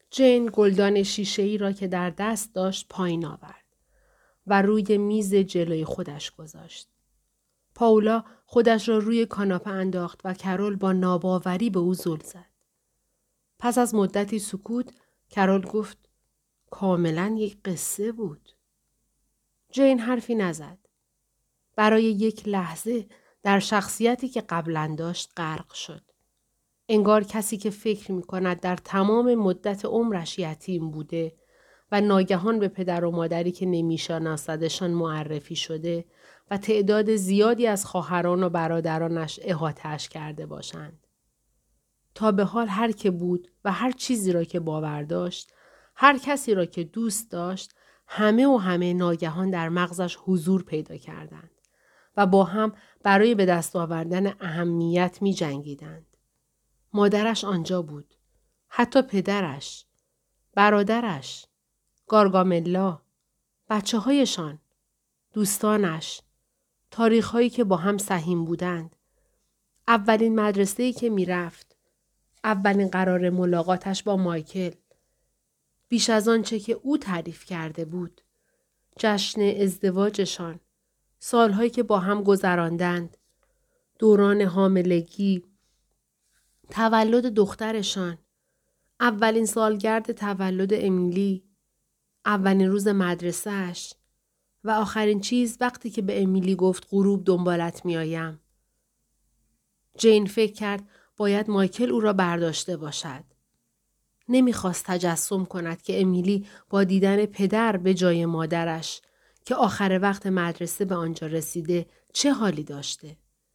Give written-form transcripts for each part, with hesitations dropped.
جین گلدان شیشه‌ای را که در دست داشت پایین آورد و روی میز جلوی خودش گذاشت. پاولا خودش را روی کاناپه انداخت و کرول با ناباوری به او زل زد. پس از مدتی سکوت کرول گفت کاملا یک قصه بود. جین حرفی نزد. برای یک لحظه در شخصیتی که قبلا داشت غرق شد. انگار کسی که فکر می کند در تمام مدت عمرش یتیم بوده و ناگهان به پدر و مادری که نمی‌شناسدشان معرفی شده و تعداد زیادی از خواهران و برادرانش احاطه‌اش کرده باشند. تا به حال هر که بود و هر چیزی را که باور داشت، هر کسی را که دوست داشت، همه ناگهان در مغزش حضور پیدا کردند و با هم برای به دست آوردن اهمیت می جنگیدند. مادرش آنجا بود. حتی پدرش. برادرش. گارگاملا. بچه هایشان. دوستانش. تاریخ‌هایی که با هم سهیم بودند. اولین مدرسه‌ای که می رفت. اولین قرار ملاقاتش با مایکل. بیش از آنچه که او تعریف کرده بود. جشن ازدواجشان. سالهایی که با هم گذراندند. دوران حاملگی. تولد دخترشان. اولین سالگرد تولد امیلی. اولین روز مدرسهش. و آخرین چیز وقتی که به امیلی گفت غروب دنبالت میآیم. جین فکر کرد باید مایکل او را برداشته باشد. نمیخواست تجسم کند که امیلی با دیدن پدر به جای مادرش که آخر وقت مدرسه به آنجا رسیده چه حالی داشته.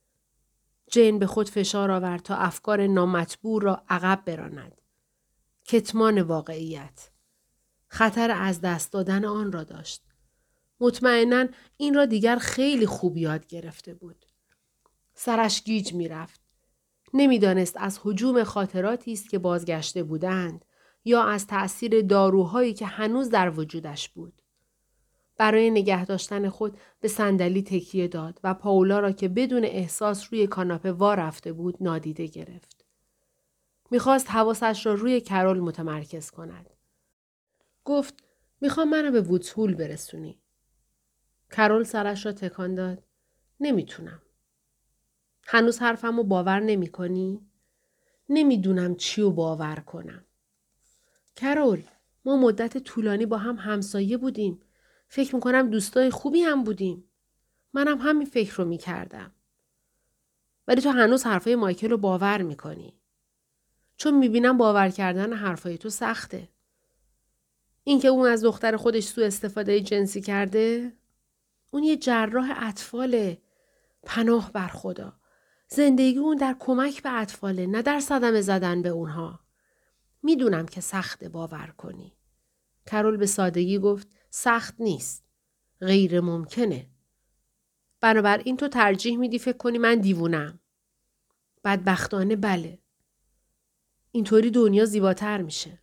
جین به خود فشار آورد تا افکار نامطبوع را عقب براند. کتمان واقعیت. خطر از دست دادن آن را داشت. مطمئناً این را دیگر خیلی خوب یاد گرفته بود. سرش گیج می رفت. نمیدانست از هجوم خاطراتی است که بازگشته بودند یا از تأثیر داروهایی که هنوز در وجودش بود. برای نگه داشتن خود به صندلی تکیه داد و پاولا را که بدون احساس روی کاناپه وا رفته بود نادیده گرفت. میخواست حواسش را روی کرول متمرکز کند. گفت میخوام منو به وودز هول برسونی. کرول سرش را تکان داد. نمیتونم. هنوز حرفمو باور نمی کنی؟ نمیدونم چیو باور کنم. کرول، ما مدت طولانی با هم همسایه بودیم. فکر میکنم دوستای خوبی هم بودیم. منم همین فکر رو میکردم. ولی تو هنوز حرفای مایکل رو باور میکنی. چون میبینم باور کردن حرفای تو سخته. اینکه اون از دختر خودش سوء استفاده جنسی کرده؟ اون یه جراح اطفاله. پناه بر خدا. زندگی اون در کمک به اطفاله، نه در صدمه زدن به اونها. میدونم که سخته باور کنی. کرول به سادگی گفت سخت نیست. غیر ممکنه. بنابراین تو ترجیح میدی فکر کنی من دیوونم. بدبختانه بله. اینطوری دنیا زیباتر میشه.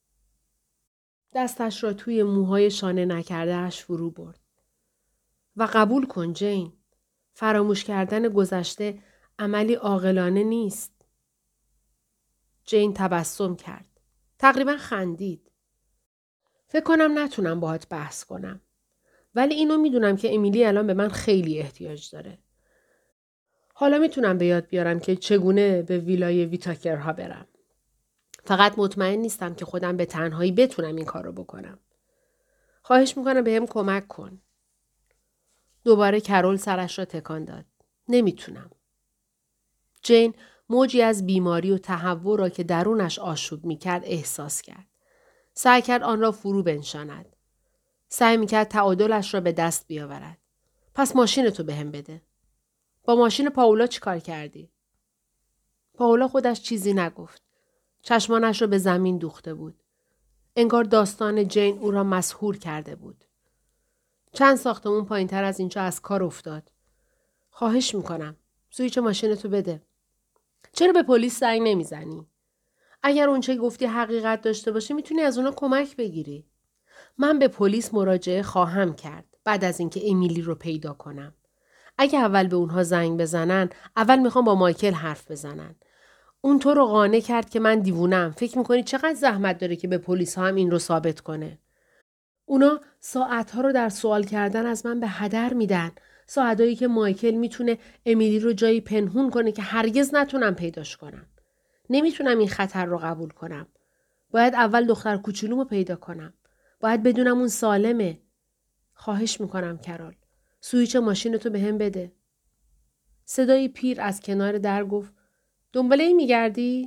دستش را توی موهای شانه نکرده‌اش فرو برد. و قبول کن جین. فراموش کردن گذشته عملی عاقلانه نیست. جین تبسم کرد. تقریبا خندید. فکر کنم نتونم باهات بحث کنم. ولی اینو میدونم که امیلی الان به من خیلی احتیاج داره. حالا میتونم به یاد بیارم که چگونه به ویلای ویتاکرها برم. فقط مطمئن نیستم که خودم به تنهایی بتونم این کارو بکنم. خواهش میکنم بهم کمک کن. دوباره کرول سرش را تکان داد. نمیتونم. جین موجی از بیماری و تهوع را که درونش آشوب میکرد احساس کرد. سعی کرد آن را فرو بنشاند. سعی میکرد تعادلش را به دست بیاورد. پس ماشینتو بهم بده. با ماشین پاولا چیکار کردی؟ پاولا خودش چیزی نگفت. چشمانش را به زمین دوخته بود. انگار داستان جین او را مسحور کرده بود. چند ساختمون پایینتر از اینجا از کار افتاد. خواهش میکنم. سویچ ماشینتو بده. چرا به پلیس زنگ نمیزنی؟ اگر اونچه گفتی حقیقت داشته باشه میتونی از اونا کمک بگیری. من به پلیس مراجعه خواهم کرد بعد از اینکه امیلی رو پیدا کنم. اگه اول به اونها زنگ بزنن، اول میخوام با مایکل حرف بزنن. اون تو رو قانع کرد که من دیوونم. فکر میکنی چقدر زحمت داره که به پلیس ها هم این رو ثابت کنه؟ اونا ساعتها رو در سوال کردن از من به هدر میدن. ساعتهایی که مایکل میتونه امیلی رو جایی پنهون کنه که هرگز نتونم پیداش کنم. نمیتونم این خطر رو قبول کنم. باید اول دختر کوچولومو پیدا کنم. باید بدونم اون سالمه. خواهش میکنم کرول. سویچ ماشینتو به هم بده. صدای پیر از کنار در گفت دنبال این میگردی؟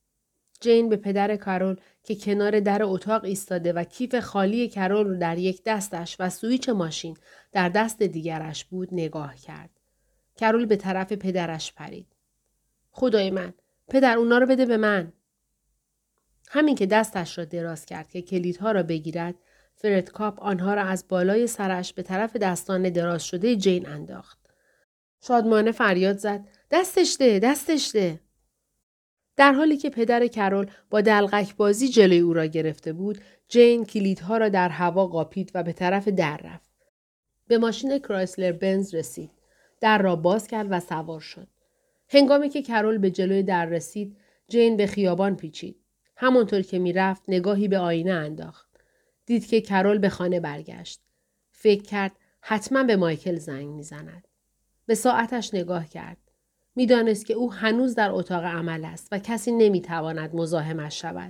جین به پدر کرول که کنار در اتاق ایستاده و کیف خالی کرول رو در یک دستش و سویچ ماشین در دست دیگرش بود نگاه کرد. کرول به طرف پدرش پرید. خدای من، پدر اونا رو بده به من. همین که دستش را دراز کرد که کلیدها را بگیرد، فرد کاپ آنها را از بالای سرش به طرف دستان دراز شده جین انداخت. شادمانه فریاد زد دستش ده، دستش ده. در حالی که پدر کرول با دلقک بازی جلوی او را گرفته بود، جین کلیدها را در هوا قاپید و به طرف در رفت. به ماشین کرایسلر بنز رسید. در را باز کرد و سوار شد. هنگامی که کرول به جلوی در رسید، جین به خیابان پیچید. همانطور که می رفت نگاهی به آینه انداخت. دید که کرول به خانه برگشت. فکر کرد حتما به مایکل زنگ می زند. به ساعتش نگاه کرد. می دانست که او هنوز در اتاق عمل است و کسی نمی تواند مزاحمش شود.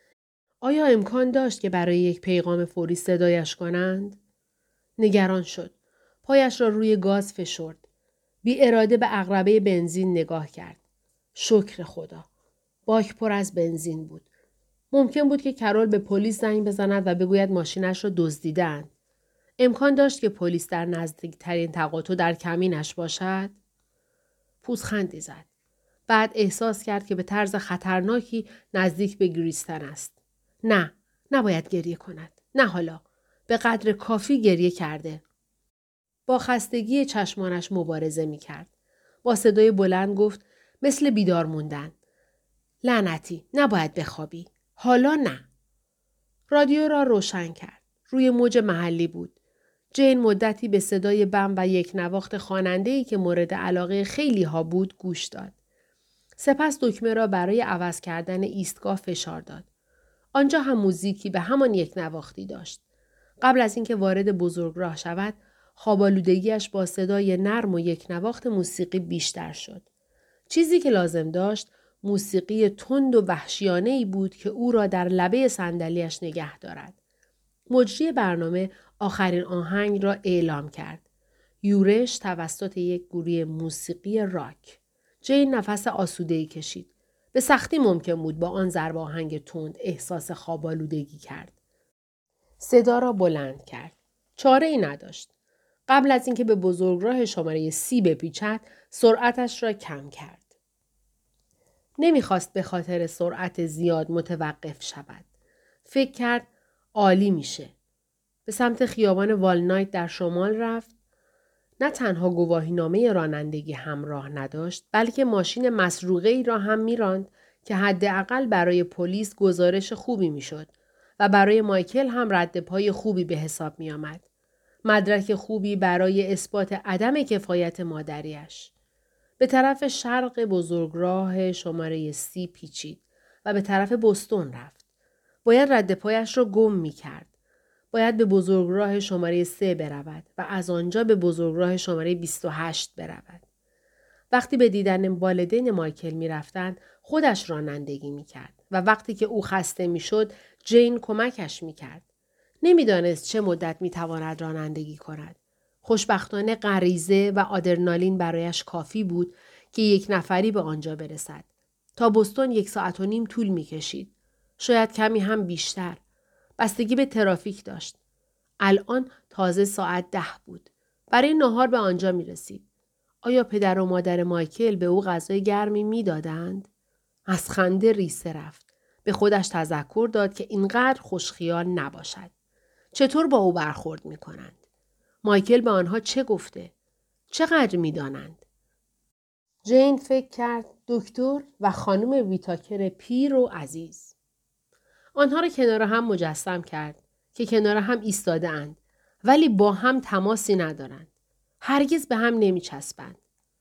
آیا امکان داشت که برای یک پیغام فوری صدایش کنند؟ نگران شد. پایش را روی گاز فشرد. بی اراده به عقربه بنزین نگاه کرد. شکر خدا. باک پر از بنزین بود. ممکن بود که کرول به پلیس زنگ بزند و بگوید ماشینش را دزدیدند. امکان داشت که پلیس در نزدیکترین تقاطع در کمینش باشد؟ پوزخندی زد. بعد احساس کرد که به طرز خطرناکی نزدیک به گریستن است. نه، نباید گریه کند. نه حالا. به قدر کافی گریه کرده. با خستگی چشمانش مبارزه می کرد. با صدای بلند گفت مثل بیدار موندن. لعنتی، نباید بخوابی. حالا نه. رادیو را روشن کرد. روی موج محلی بود. جین مدتی به صدای بم و یک نواخت خواننده‌ای که مورد علاقه خیلی ها بود گوش داد. سپس دکمه را برای عوض کردن ایستگاه فشار داد. آنجا هم موزیکی به همان یک نواختی داشت. قبل از اینکه وارد بزرگراه شود، خواب‌آلودگی‌اش با صدای نرم و یک نواخت موسیقی بیشتر شد. چیزی که لازم داشت موسیقی تند و وحشیانه‌ای بود که او را در لبه صندلی‌اش نگه دارد. مجری برنامه آخرین آهنگ را اعلام کرد. یورش توسط یک گروه موسیقی راک. جین نفس آسوده‌ای کشید. به سختی ممکن بود با آن ضرب آهنگ تند احساس خواب‌آلودگی کرد. صدا را بلند کرد. چاره ای نداشت. قبل از اینکه به بزرگراه شماره 30 بپیچد، سرعتش را کم کرد. نمیخواست به خاطر سرعت زیاد متوقف شود. فکر کرد عالی میشه. به سمت خیابان والنایت در شمال رفت. نه تنها گواهینامه رانندگی همراه نداشت، بلکه ماشین مسروقه‌ای را هم میراند که حداقل برای پلیس گزارش خوبی میشد و برای مایکل هم رد پای خوبی به حساب می آمد. مدرک خوبی برای اثبات عدم کفایت مادریش. به طرف شرق بزرگراه شماره 30 پیچید و به طرف بوستون رفت. باید رد پایش را گم می کرد. باید به بزرگراه شماره 3 برود و از آنجا به بزرگراه شماره 28 برود. وقتی به دیدن والدین مایکل می رفتند، خودش رانندگی می کرد و وقتی که او خسته می شد، جین کمکش می کرد. نمی دانست چه مدت می تواند رانندگی کند. خوشبختانه غریزه و آدرنالین برایش کافی بود که یک نفری به آنجا برسد. تا بوستون 1.5 ساعت طول می کشید. شاید کمی هم بیشتر. بستگی به ترافیک داشت. الان تازه ساعت 10 بود. برای نهار به آنجا می رسید. آیا پدر و مادر مایکل به او غذای گرمی می دادند؟ از خنده ریسه رفت. به خودش تذکر داد که اینقدر خوشخیال نباشد. چطور با او برخورد می کنند؟ مایکل به آنها چه گفته؟ چقدر می دانند؟ جین فکر کرد دکتر و خانم ویتاکر پیر و عزیز. آنها را کنار هم مجسم کرد که کنار هم ایستاده اند ولی با هم تماسی ندارند. هرگز به هم نمی چسبند.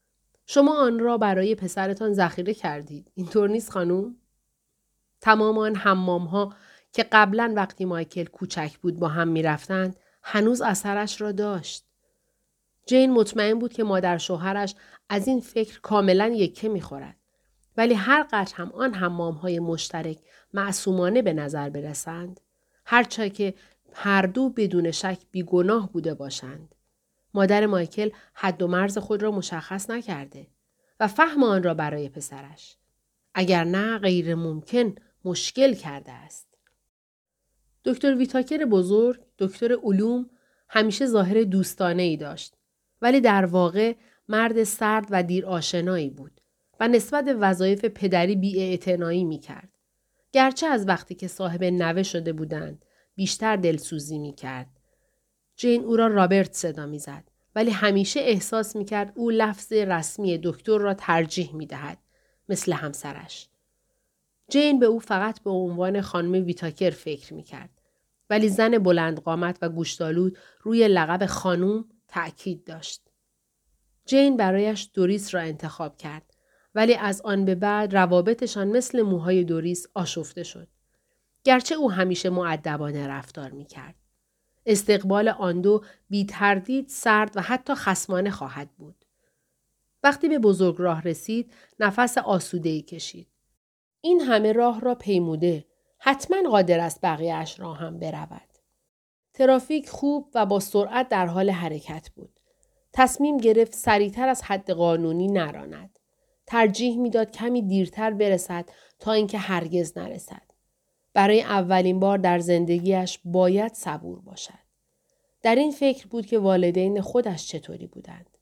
شما آن را برای پسرتان ذخیره کردید. اینطور نیست خانم؟ تمام آن حمام‌ها که قبلا وقتی مایکل کوچک بود با هم می‌رفتند، هنوز اثرش را داشت. جین مطمئن بود که مادر شوهرش از این فکر کاملا یکه می‌خورد. ولی هر قدر هم آن حمام‌های مشترک معصومانه به نظر برسند، هرچه که هر دو بدون شک بیگناه بوده باشند. مادر مایکل حد و مرز خود را مشخص نکرده و فهم آن را برای پسرش. اگر نه غیر ممکن مشکل کرده است. دکتر ویتاکر بزرگ، دکتر علوم، همیشه ظاهر دوستانه‌ای داشت. ولی در واقع مرد سرد و دیر آشنایی بود و نسبت به وظایف پدری بی‌اعتنایی می‌کرد. گرچه از وقتی که صاحب نوه شده بودند بیشتر دلسوزی می‌کرد. جین او را رابرت صدا می‌زد، ولی همیشه احساس می‌کرد او لفظ رسمی دکتر را ترجیح می‌دهد، مثل همسرش. جین به او فقط به عنوان خانم ویتاکر فکر می‌کرد، ولی زن بلند قامت و گوشتالود روی لقب خانوم تأکید داشت. جین برایش دوریس را انتخاب کرد، ولی از آن به بعد روابطشان مثل موهای دوریس آشفته شد. گرچه او همیشه مؤدبانه رفتار می‌کرد. استقبال آن دو بی تردید سرد و حتی خصمانه خواهد بود. وقتی به بزرگراه رسید، نفس آسوده‌ای کشید. این همه راه را پیموده، حتما قادر است بقیه‌اش را هم برود. ترافیک خوب و با سرعت در حال حرکت بود. تصمیم گرفت سریعتر از حد قانونی نراند. ترجیح میداد کمی دیرتر برسد تا اینکه هرگز نرسد. برای اولین بار در زندگیش باید صبور باشد. در این فکر بود که والدین خودش چطوری بودند.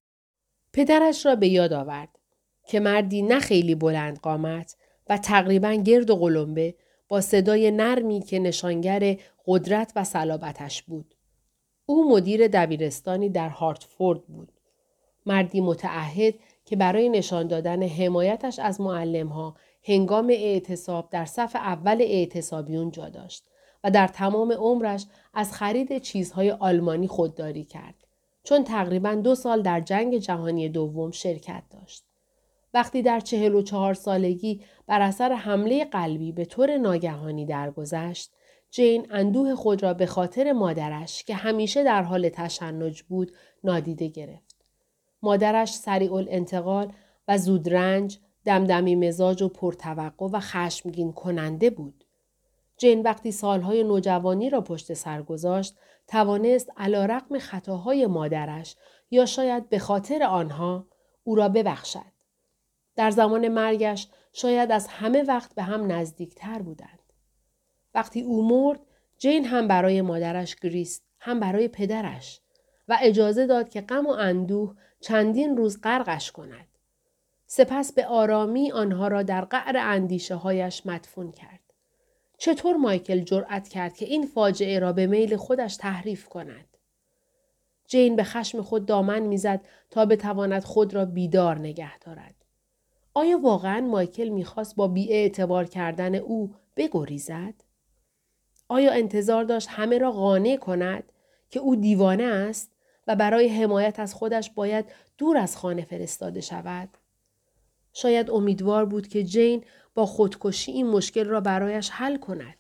پدرش را به یاد آورد که مردی نه خیلی بلند قامت و تقریباً گرد و قلمبه با صدای نرمی که نشانگر قدرت و صلابتش بود. او مدیر دبیرستانی در هارتفورد بود. مردی متعهد که برای نشان دادن حمایتش از معلم‌ها هنگام اعتصاب در صف اول اعتصابیون جا داشت و در تمام عمرش از خرید چیزهای آلمانی خودداری کرد، چون تقریباً 2 سال در جنگ جهانی دوم شرکت داشت. وقتی در 44 سالگی بر اثر حمله قلبی به طور ناگهانی درگذشت، جین اندوه خود را به خاطر مادرش که همیشه در حال تشنج بود نادیده گرفت. مادرش سریع الانتقال و زودرنج، دمدمی مزاج و پرتوقع و خشمگین کننده بود. جین وقتی سالهای نوجوانی را پشت سر گذاشت، توانست علیرغم خطاهای مادرش یا شاید به خاطر آنها او را ببخشد. در زمان مرگش شاید از همه وقت به هم نزدیکتر بودند. وقتی او مرد، جین هم برای مادرش گریست، هم برای پدرش و اجازه داد که غم و اندوه چندین روز غرقش کند. سپس به آرامی آنها را در قعر اندیشه هایش مدفون کرد. چطور مایکل جرأت کرد که این فاجعه را به میل خودش تحریف کند؟ جین به خشم خود دامن میزد تا بتواند خود را بیدار نگه دارد. آیا واقعاً مایکل میخواست با بی‌اعتبار کردن او بگریزد؟ آیا انتظار داشت همه را قانع کند که او دیوانه است و برای حمایت از خودش باید دور از خانه فرستاده شود؟ شاید امیدوار بود که جین با خودکشی این مشکل را برایش حل کند.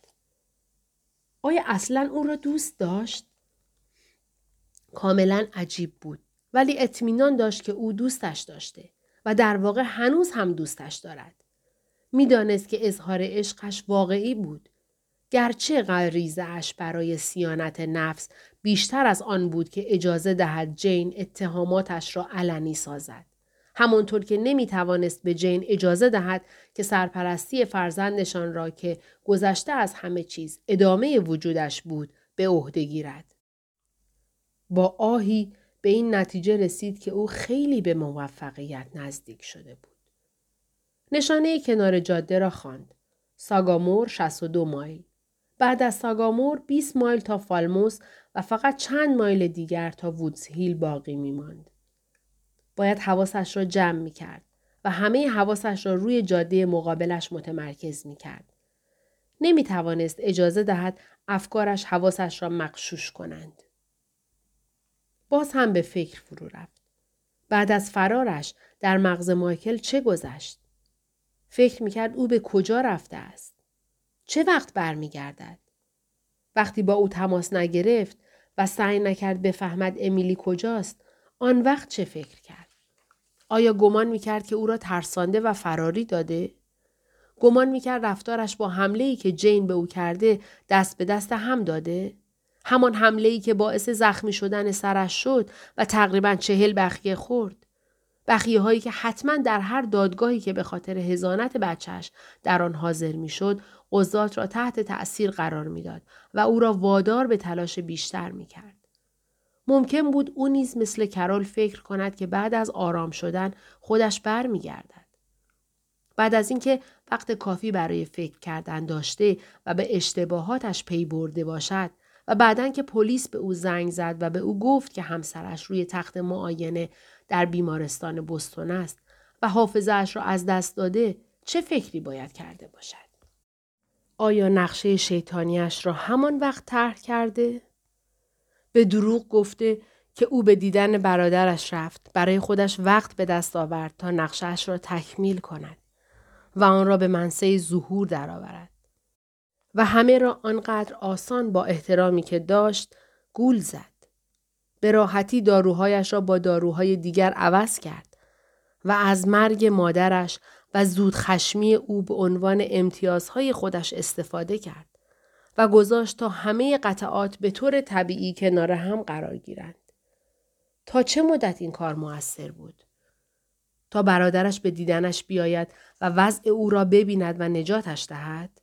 آیا اصلاً او را دوست داشت؟ کاملاً عجیب بود، ولی اطمینان داشت که او دوستش داشته و در واقع هنوز هم دوستش دارد. میدانست که اظهار عشقش واقعی بود. گرچه غریزه اش برای صیانت نفس بیشتر از آن بود که اجازه دهد جین اتهاماتش را علنی سازد. همانطور که نمیتوانست به جین اجازه دهد که سرپرستی فرزندشان را که گذشته از همه چیز ادامه وجودش بود به عهده گیرد. با آهی به این نتیجه رسید که او خیلی به موفقیت نزدیک شده بود. نشانه کنار جاده را خواند. ساگامور 62 مایل. بعد از ساگامور 20 مایل تا فالموس و فقط چند مایل دیگر تا وودز هیل باقی می ماند. باید حواسش را جمع می کرد و همه حواسش را روی جاده مقابلش متمرکز می کرد. نمی توانست اجازه دهد افکارش حواسش را مغشوش کنند. باز هم به فکر فرو رفت. بعد از فرارش در مغز مایکل چه گذشت؟ فکر میکرد او به کجا رفته است؟ چه وقت برمیگردد؟ وقتی با او تماس نگرفت و سعی نکرد بفهمد امیلی کجاست، آن وقت چه فکر کرد؟ آیا گمان میکرد که او را ترسانده و فراری داده؟ گمان میکرد رفتارش با حمله‌ای که جین به او کرده دست به دست هم داده؟ همان حمله‌ای که باعث زخمی شدن سرش شد و تقریباً 40 بخیه خورد. بخیه‌هایی که حتماً در هر دادگاهی که به خاطر حضانت بچهش در آن حاضر میشد، قضات را تحت تأثیر قرار میداد و او را وادار به تلاش بیشتر میکرد. ممکن بود او نیز مثل کرول فکر کند که بعد از آرام شدن خودش برمیگردد. بعد از اینکه وقت کافی برای فکر کردن داشته و به اشتباهاتش پی برده باشد و بعداً که پلیس به او زنگ زد و به او گفت که همسرش روی تخت معاینه در بیمارستان بوستون است و حافظه‌اش را از دست داده، چه فکری باید کرده باشد؟ آیا نقشه شیطانیش را همان وقت طرح کرده؟ به دروغ گفته که او به دیدن برادرش رفت، برای خودش وقت به دست آورد تا نقشه‌اش را تکمیل کند و آن را به منصه ظهور درآورد. و همه را آنقدر آسان با احترامی که داشت گول زد. به راحتی داروهایش را با داروهای دیگر عوض کرد و از مرگ مادرش و زود خشمی او به عنوان امتیازهای خودش استفاده کرد و گذاشت تا همه قطعات به طور طبیعی کنار هم قرار گیرند. تا چه مدت این کار مؤثر بود؟ تا برادرش به دیدنش بیاید و وضع او را ببیند و نجاتش دهد؟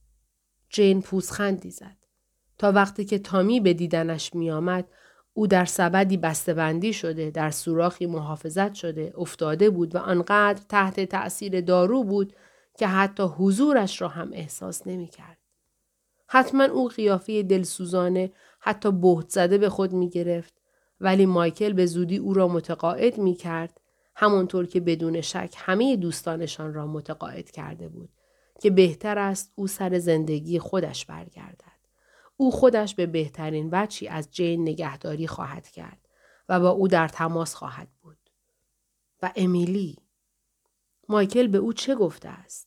جین پوزخندی زد. تا وقتی که تامی به دیدنش می آمد، او در سبدی بسته‌بندی شده، در سوراخی محافظت شده، افتاده بود و آنقدر تحت تأثیر دارو بود که حتی حضورش را هم احساس نمی کرد. حتما او قیافه دلسوزانه، حتی بهت زده به خود می گرفت، ولی مایکل به زودی او را متقاعد می کرد، همانطور که بدون شک همه دوستانشان را متقاعد کرده بود که بهتر است او سر زندگی خودش برگردد. او خودش به بهترین وجهی از جین نگهداری خواهد کرد و با او در تماس خواهد بود. و امیلی. مایکل به او چه گفته است؟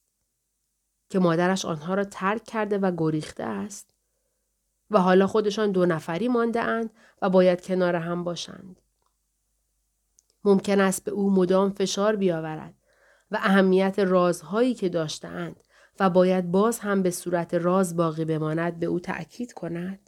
که مادرش آنها را ترک کرده و گریخته است؟ و حالا خودشان 2 نفری مانده اند و باید کنار هم باشند. ممکن است به او مدام فشار بیاورد و اهمیت رازهایی که داشته‌اند و باید باز هم به صورت راز باقی بماند به او تأکید کند؟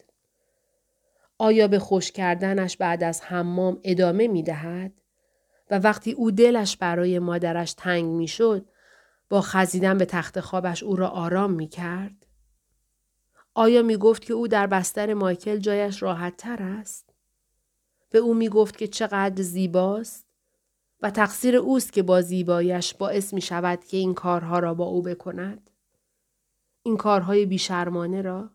آیا به خوش کردنش بعد از حمام ادامه می دهد؟ و وقتی او دلش برای مادرش تنگ می شد، با خزیدن به تخت خوابش او را آرام می کرد؟ آیا می گفت که او در بستر مایکل جایش راحت تر است؟ به او می گفت که چقدر زیباست و تقصیر اوست که با زیبایش باعث می شود که این کارها را با او بکند؟ این کارهای بیشرمانه را؟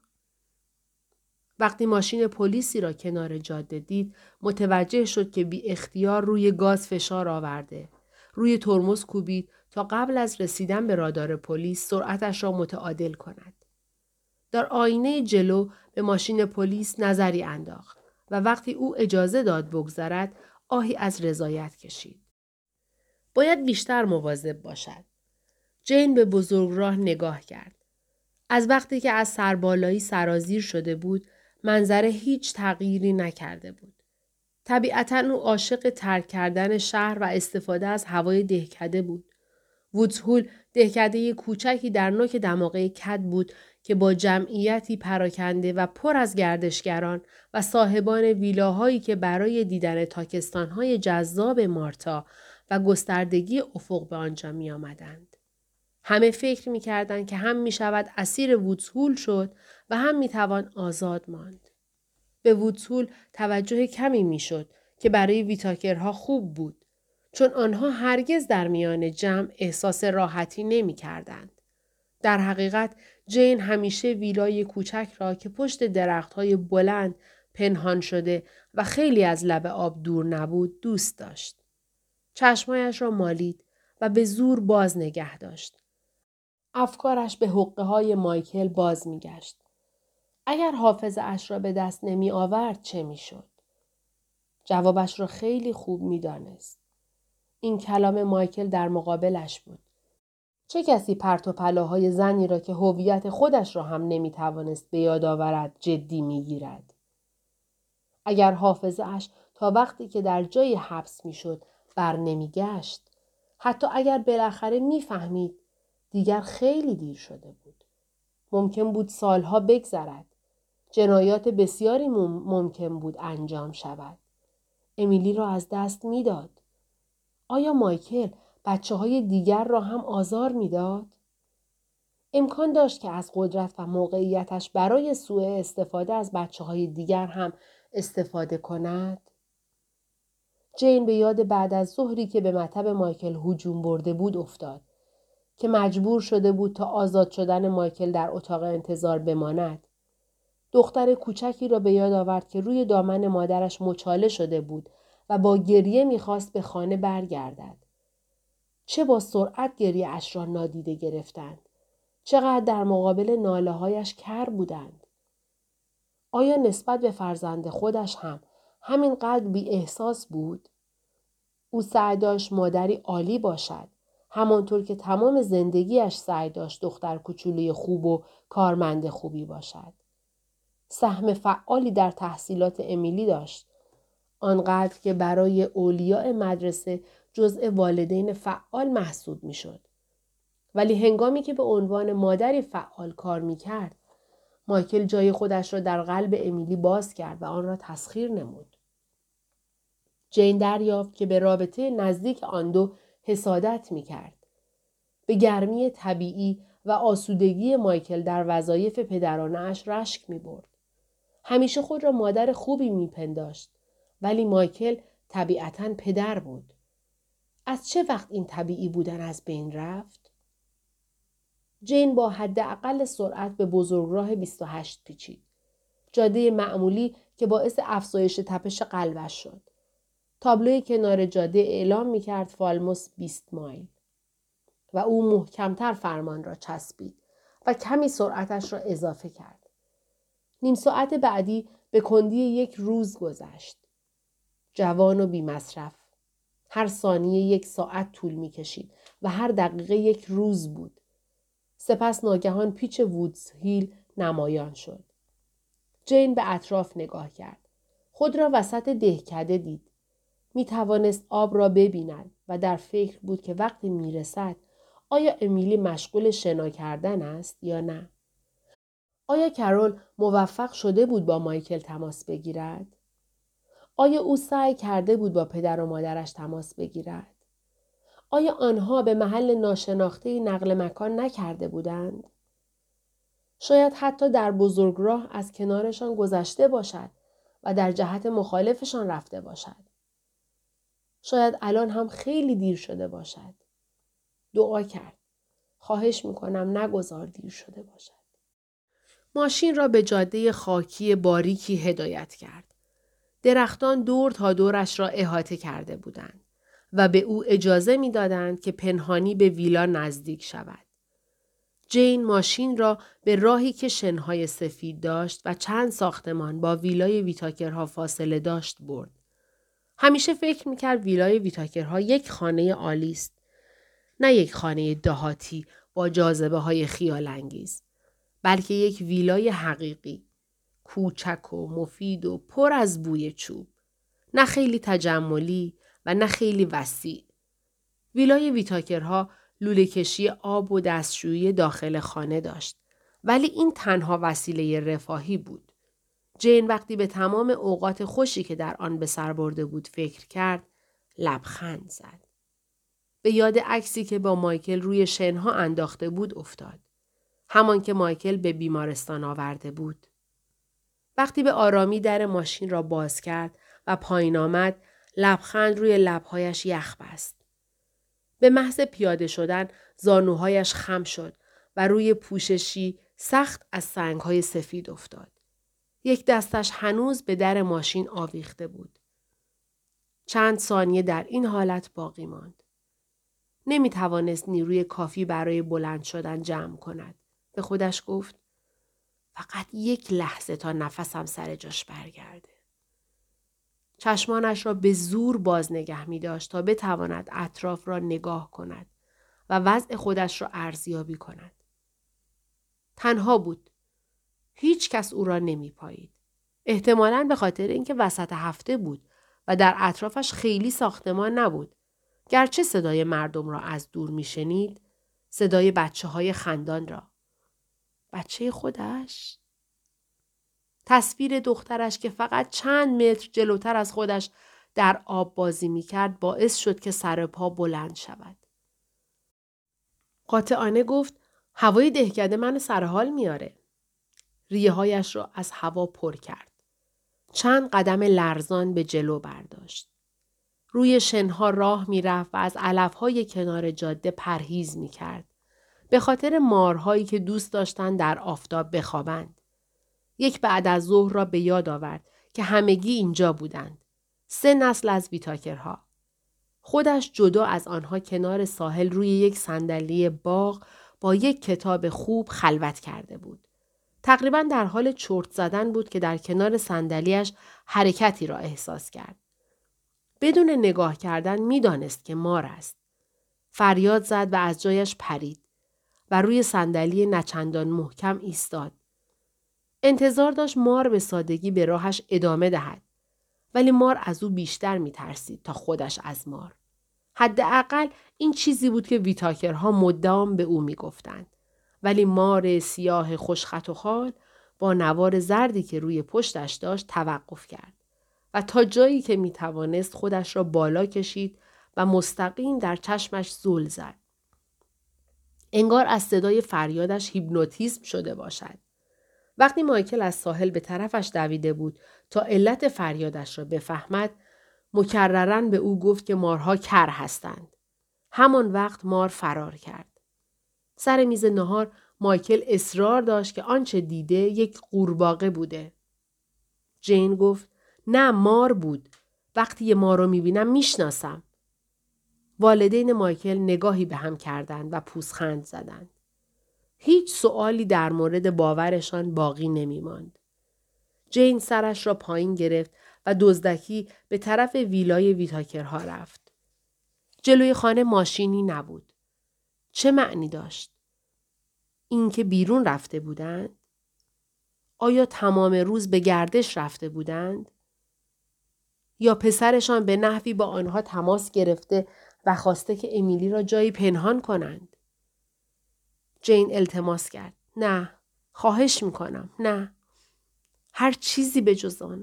وقتی ماشین پلیسی را کنار جاده دید، متوجه شد که بی اختیار روی گاز فشار آورده. روی ترمز کوبید تا قبل از رسیدن به رادار پلیس سرعتش را متعادل کند. در آینه جلو به ماشین پلیس نظری انداخت و وقتی او اجازه داد بگذرد، آهی از رضایت کشید. باید بیشتر مواظب باشد. جین به بزرگراه نگاه کرد. از وقتی که از سربالایی سرازیر شده بود، منظره هیچ تغییری نکرده بود. طبیعتاً او عاشق ترک کردن شهر و استفاده از هوای دهکده بود. وودزهول دهکده کوچکی در نوک دماغه کد بود که با جمعیتی پراکنده و پر از گردشگران و صاحبان ویلاهایی که برای دیدن تاکستانهای جذاب مارتا و گستردگی افق به آنجا می آمدند. همه فکر می کردند که هم می شود اسیر وودزهول شد و هم می توان آزاد ماند. به وودزهول توجه کمی می شد که برای ویتاکرها خوب بود، چون آنها هرگز در میان جمع احساس راحتی نمی کردند. در حقیقت جین همیشه ویلای کوچک را که پشت درختهای بلند پنهان شده و خیلی از لب آب دور نبود دوست داشت. چشمایش را مالید و به زور باز نگه داشت. افکارش به حقه های مایکل باز می گشت. اگر حافظه اش را به دست نمی آورد چه می شد؟ جوابش را خیلی خوب می دانست. این کلام مایکل در مقابلش بود. چه کسی پرت و پلاهای زنی را که هویت خودش را هم نمیتوانست به یاد آورد جدی میگیرد؟ اگر حافظه اش تا وقتی که در جای حبس میشد بر نمیگشت، حتی اگر بالاخره میفهمید، دیگر خیلی دیر شده بود. ممکن بود سالها بگذرد. جنایات بسیاری ممکن بود انجام شود. امیلی را از دست میداد. آیا مایکل بچه‌های دیگر را هم آزار میداد؟ امکان داشت که از قدرت و موقعیتش برای سوء استفاده از بچه‌های دیگر هم استفاده کند؟ جین به یاد بعد از ظهری که به مطب مایکل هجوم برده بود افتاد که مجبور شده بود تا آزاد شدن مایکل در اتاق انتظار بماند. دختر کوچکی را به یاد آورد که روی دامن مادرش مچاله شده بود و با گریه می‌خواست به خانه برگردد. چه با سرعت گریه اش را نادیده گرفتند. چقدر در مقابل ناله‌هایش کر بودند. آیا نسبت به فرزند خودش هم همینقدر بی احساس بود؟ او سعی داشت مادری عالی باشد. همانطور که تمام زندگیش سعی داشت دختر کوچولوی خوب و کارمند خوبی باشد. سهم فعالی در تحصیلات امیلی داشت. آنقدر که برای اولیاء مدرسه جزء والدین فعال محسوب می شد. ولی هنگامی که به عنوان مادری فعال کار می کرد، مایکل جای خودش را در قلب امیلی باز کرد و آن را تسخیر نمود. جین دریافت که به رابطه نزدیک آن دو حسادت می کرد. به گرمی طبیعی و آسودگی مایکل در وظایف پدرانه اش رشک می برد. همیشه خود را مادر خوبی می پنداشت. ولی مایکل طبیعتاً پدر بود. از چه وقت این طبیعی بودن از بین رفت؟ جین با حداقل سرعت به بزرگراه 28 پیچید. جاده معمولی که باعث افزایش تپش قلبش شد. تابلوی کنار جاده اعلام می‌کرد فالموس 20 مایل. و او محکمتر فرمان را چسبید و کمی سرعتش را اضافه کرد. نیم ساعت بعدی به کندی یک روز گذشت. جوان و بی مصرف. هر ثانیه 1 ساعت طول می‌کشید و هر دقیقه 1 روز بود. سپس ناگهان پیچ وودز هیل نمایان شد. جین به اطراف نگاه کرد. خود را وسط دهکده دید. می توانست آب را ببیند و در فکر بود که وقتی می رسد آیا امیلی مشغول شنا کردن است یا نه؟ آیا کرول موفق شده بود با مایکل تماس بگیرد؟ آیا او سعی کرده بود با پدر و مادرش تماس بگیرد؟ آیا آنها به محل ناشناخته‌ای نقل مکان نکرده بودند؟ شاید حتی در بزرگراه از کنارشان گذشته باشد و در جهت مخالفشان رفته باشد. شاید الان هم خیلی دیر شده باشد. دعا کرد. خواهش میکنم نگذار دیر شده باشد. ماشین را به جاده خاکی باریکی هدایت کرد. درختان دور تا دورش را احاطه کرده بودند و به او اجازه میدادند که پنهانی به ویلا نزدیک شود. جین ماشین را به راهی که شنهای سفید داشت و چند ساختمان با ویلای ویتاکرها فاصله داشت برد. همیشه فکر میکرد ویلای ویتاکرها یک خانه عالی است. نه یک خانه دهاتی با جاذبه های خیال انگیز. بلکه یک ویلای حقیقی. کوچک و مفید و پر از بوی چوب. نه خیلی تجملی و نه خیلی وسیع. ویلای ویتاکرها لوله کشی آب و دستشویی داخل خانه داشت. ولی این تنها وسیله رفاهی بود. جین وقتی به تمام اوقات خوشی که در آن به سر برده بود فکر کرد، لبخند زد. به یاد عکسی که با مایکل روی شنها انداخته بود افتاد. همان که مایکل به بیمارستان آورده بود. وقتی به آرامی در ماشین را باز کرد و پایین آمد، لبخند روی لبهایش یخ بست. به محض پیاده شدن زانوهایش خم شد و روی پوششی سخت از سنگهای سفید افتاد. یک دستش هنوز به در ماشین آویخته بود. چند ثانیه در این حالت باقی ماند. نمی توانست نیروی کافی برای بلند شدن جمع کند. به خودش گفت فقط 1 لحظه تا نفسم سر جاش برگرده. چشمانش را به زور باز نگه می داشت تا بتواند اطراف را نگاه کند و وضع خودش را ارزیابی کند. تنها بود. هیچ کس او را نمی پایید. احتمالاً به خاطر اینکه وسط هفته بود و در اطرافش خیلی ساختمان نبود. گرچه صدای مردم را از دور می شنید، صدای بچه‌های خندان را. بچه خودش؟ تصویر دخترش که فقط چند متر جلوتر از خودش در آب بازی می کرد باعث شد که سر پا بلند شود. قاطعانه گفت هوای دهکده من سرحال میاره. ریه هایش را از هوا پر کرد. چند قدم لرزان به جلو برداشت. روی شنها راه می رفت و از علفهای کنار جاده پرهیز می کرد. به خاطر مارهایی که دوست داشتند در آفتاب بخوابند. یک بعد از ظهر را به یاد آورد که همگی اینجا بودند. 3 نسل از ویتاکرها. خودش جدا از آنها کنار ساحل روی یک صندلی باغ با یک کتاب خوب خلوت کرده بود. تقریباً در حال چرت زدن بود که در کنار صندلی‌اش حرکتی را احساس کرد. بدون نگاه کردن می‌دانست که مار است. فریاد زد و از جایش پرید و روی صندلی نچندان محکم ایستاد. انتظار داشت مار به سادگی به راهش ادامه دهد. ولی مار از او بیشتر می‌ترسید تا خودش از مار. حداقل این چیزی بود که ویتاکرها مدام به او می‌گفتند. ولی مار سیاه خوشخط و خال با نوار زردی که روی پشتش داشت توقف کرد و تا جایی که می‌توانست خودش را بالا کشید و مستقیم در چشمش زل زد. انگار از صدای فریادش هیپنوتیزم شده باشد. وقتی مایکل از ساحل به طرفش دویده بود تا علت فریادش را بفهمد، مکرراً به او گفت که مارها کر هستند. همان وقت مار فرار کرد. سر میز نهار مایکل اصرار داشت که آنچه دیده یک قورباغه بوده. جین گفت نه مار بود. وقتی یه مار رو میبینم میشناسم. والدین مایکل نگاهی به هم کردند و پوزخند زدند. هیچ سؤالی در مورد باورشان باقی نمیماند. جین سرش را پایین گرفت و دزدکی به طرف ویلای ویتاکرها رفت. جلوی خانه ماشینی نبود. چه معنی داشت؟ اینکه بیرون رفته بودند؟ آیا تمام روز به گردش رفته بودند؟ یا پسرشان به نحوی با آنها تماس گرفته و خواسته که امیلی را جایی پنهان کنند؟ جین التماس کرد. نه. خواهش میکنم. نه. هر چیزی به جز آن.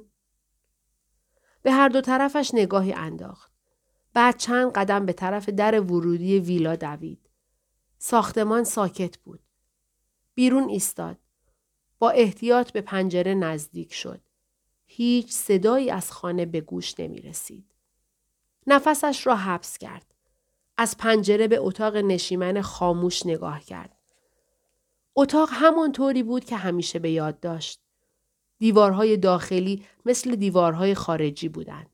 به هر دو طرفش نگاهی انداخت. بعد چند قدم به طرف در ورودی ویلا دوید. ساختمان ساکت بود. بیرون ایستاد. با احتیاط به پنجره نزدیک شد. هیچ صدایی از خانه به گوش نمی رسید. نفسش را حبس کرد. از پنجره به اتاق نشیمن خاموش نگاه کرد. اتاق همان طوری بود که همیشه به یاد داشت. دیوارهای داخلی مثل دیوارهای خارجی بودند.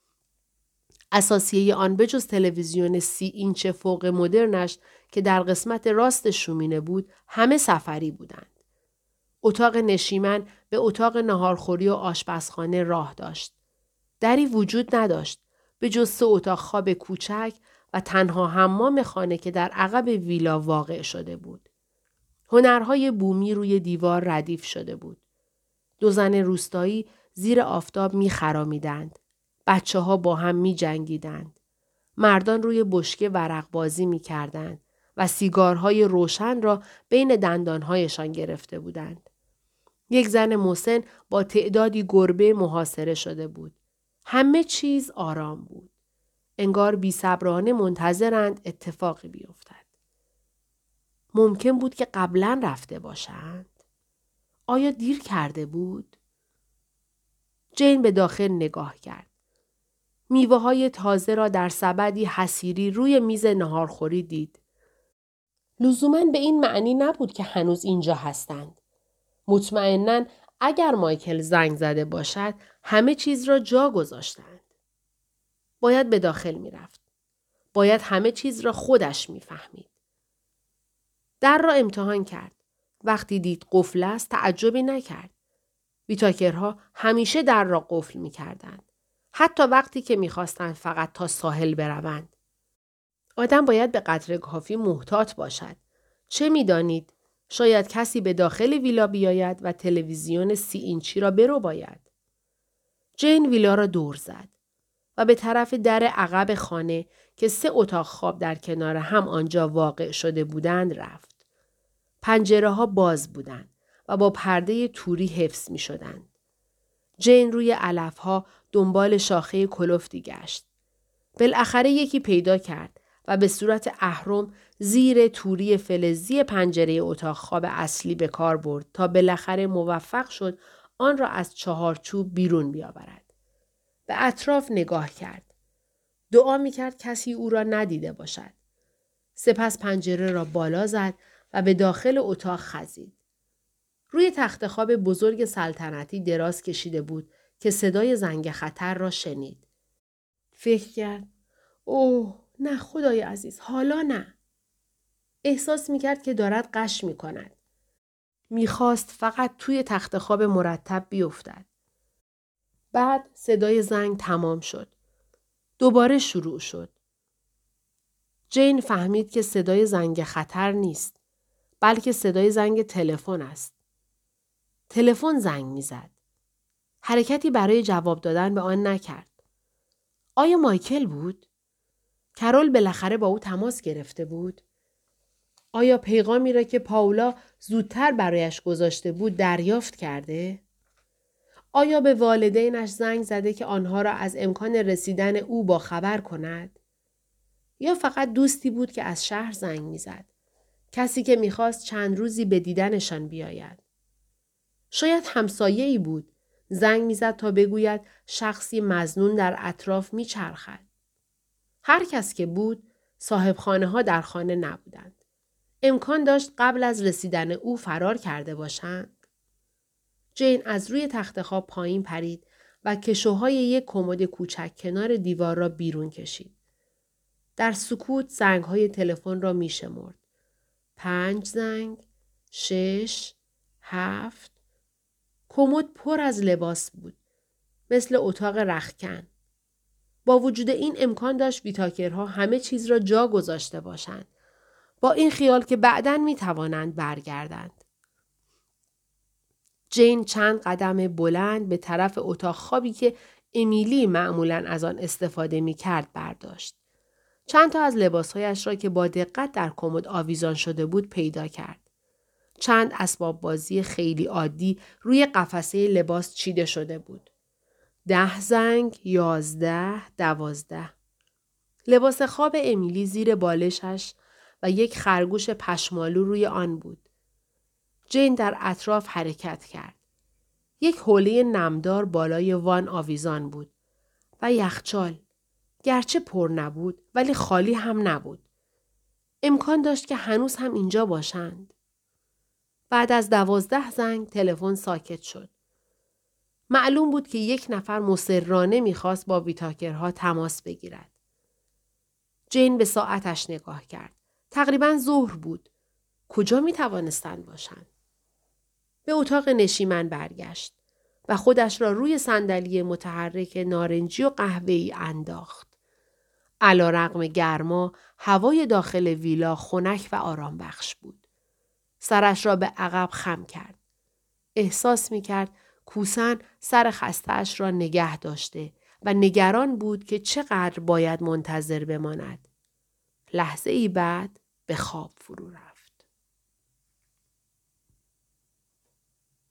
اساسیه آن به جز تلویزیون 30 اینچ فوق مدرنش که در قسمت راست شومینه بود همه سفری بودند. اتاق نشیمن به اتاق ناهارخوری و آشپزخانه راه داشت. دری وجود نداشت به جز 3 اتاق خواب کوچک و تنها حمام خانه که در عقب ویلا واقع شده بود. هنرهای بومی روی دیوار ردیف شده بود. 2 زن روستایی زیر آفتاب می خرامیدند. بچه‌ها با هم می جنگیدند. مردان روی بشکه ورق بازی می کردند و سیگارهای روشن را بین دندانهایشان گرفته بودند. یک زن مسن با تعدادی گربه محاصره شده بود. همه چیز آرام بود. انگار بی‌صبرانه منتظرند اتفاقی بیفتد. ممکن بود که قبلا رفته باشند. آیا دیر کرده بود؟ جین به داخل نگاه کرد. میوه‌های تازه را در سبدی حصیری روی میز ناهارخوری دید. لزوماً به این معنی نبود که هنوز اینجا هستند. مطمئناً اگر مایکل زنگ زده باشد همه چیز را جا گذاشتند. باید به داخل می رفت. باید همه چیز را خودش می فهمید. در را امتحان کرد. وقتی دید قفل است تعجبی نکرد. ویتاکرها همیشه در را قفل می کردند. حتی وقتی که می‌خواستند فقط تا ساحل بروند. آدم باید به قدر کافی محتاط باشد. چه می‌دانید؟ شاید کسی به داخل ویلا بیاید و تلویزیون 30 اینچی را برباید. جین ویلا را دور زد و به طرف در عقب خانه که 3 اتاق خواب در کنار هم آنجا واقع شده بودند رفت. پنجره‌ها باز بودند و با پرده توری حفظ می‌شدند. جین روی علف‌ها دنبال شاخه کلفتی گشت. بالاخره یکی پیدا کرد و به صورت اهرم زیر توری فلزی پنجره اتاق خواب اصلی به کار برد تا بالاخره موفق شد آن را از چهارچوب بیرون بیاورد. به اطراف نگاه کرد. دعا می‌کرد کسی او را ندیده باشد. سپس پنجره را بالا زد و به داخل اتاق خزید. روی تخت خواب بزرگ سلطنتی دراز کشیده بود که صدای زنگ خطر را شنید. فکر کرد اوه نه خدای عزیز حالا نه. احساس می‌کرد که دارد غش می‌کند. می‌خواست فقط توی تخت خواب مرتب بیفتد. بعد صدای زنگ تمام شد. دوباره شروع شد. جین فهمید که صدای زنگ خطر نیست، بلکه صدای زنگ تلفن است. تلفن زنگ می‌زد. حرکتی برای جواب دادن به آن نکرد. آیا مایکل بود؟ کرول بالاخره با او تماس گرفته بود؟ آیا پیغامی را که پاولا زودتر برایش گذاشته بود دریافت کرده؟ آیا به والدینش زنگ زده که آنها را از امکان رسیدن او با خبر کند؟ یا فقط دوستی بود که از شهر زنگ میزد؟ کسی که میخواست چند روزی به دیدنشان بیاید؟ شاید همسایه‌ای بود. زنگ میزد تا بگوید شخصی مظنون در اطراف میچرخد. هر کس که بود، صاحب خانه ها در خانه نبودند. امکان داشت قبل از رسیدن او فرار کرده باشند. جین از روی تخت خواب پایین پرید و کشوهای یک کمد کوچک کنار دیوار را بیرون کشید. در سکوت زنگ‌های تلفن را می‌شمرد. 5 زنگ، 6، 7. کمد پر از لباس بود. مثل اتاق رختکن. با وجود این امکان داشت ویتاکرها همه چیز را جا گذاشته باشند. با این خیال که بعداً می‌توانند برگردند. جین چند قدم بلند به طرف اتاق خوابی که امیلی معمولاً از آن استفاده می‌کرد برداشت. چند تا از لباسهایش را که با دقت در کمد آویزان شده بود پیدا کرد. چند اسباب بازی خیلی عادی روی قفسه لباس چیده شده بود. 10 زنگ، 11، 12. لباس خواب امیلی زیر بالشش و یک خرگوش پشمالو روی آن بود. جین در اطراف حرکت کرد. یک حوله نمدار بالای وان آویزان بود و یخچال. گرچه پر نبود ولی خالی هم نبود. امکان داشت که هنوز هم اینجا باشند. بعد از 12 زنگ تلفن ساکت شد. معلوم بود که یک نفر مصرانه میخواست با ویتاکرها تماس بگیرد. جین به ساعتش نگاه کرد. تقریباً ظهر بود. کجا میتوانستند باشند؟ به اتاق نشیمن برگشت و خودش را روی صندلی متحرک نارنجی و قهوه‌ای انداخت. علی‌رغم گرما، هوای داخل ویلا خنک و آرام بخش بود. سرش را به عقب خم کرد. احساس می‌کرد کوسن سر خسته‌اش را نگه داشته و نگران بود که چقدر باید منتظر بماند. لحظه‌ای بعد به خواب فرو رفت.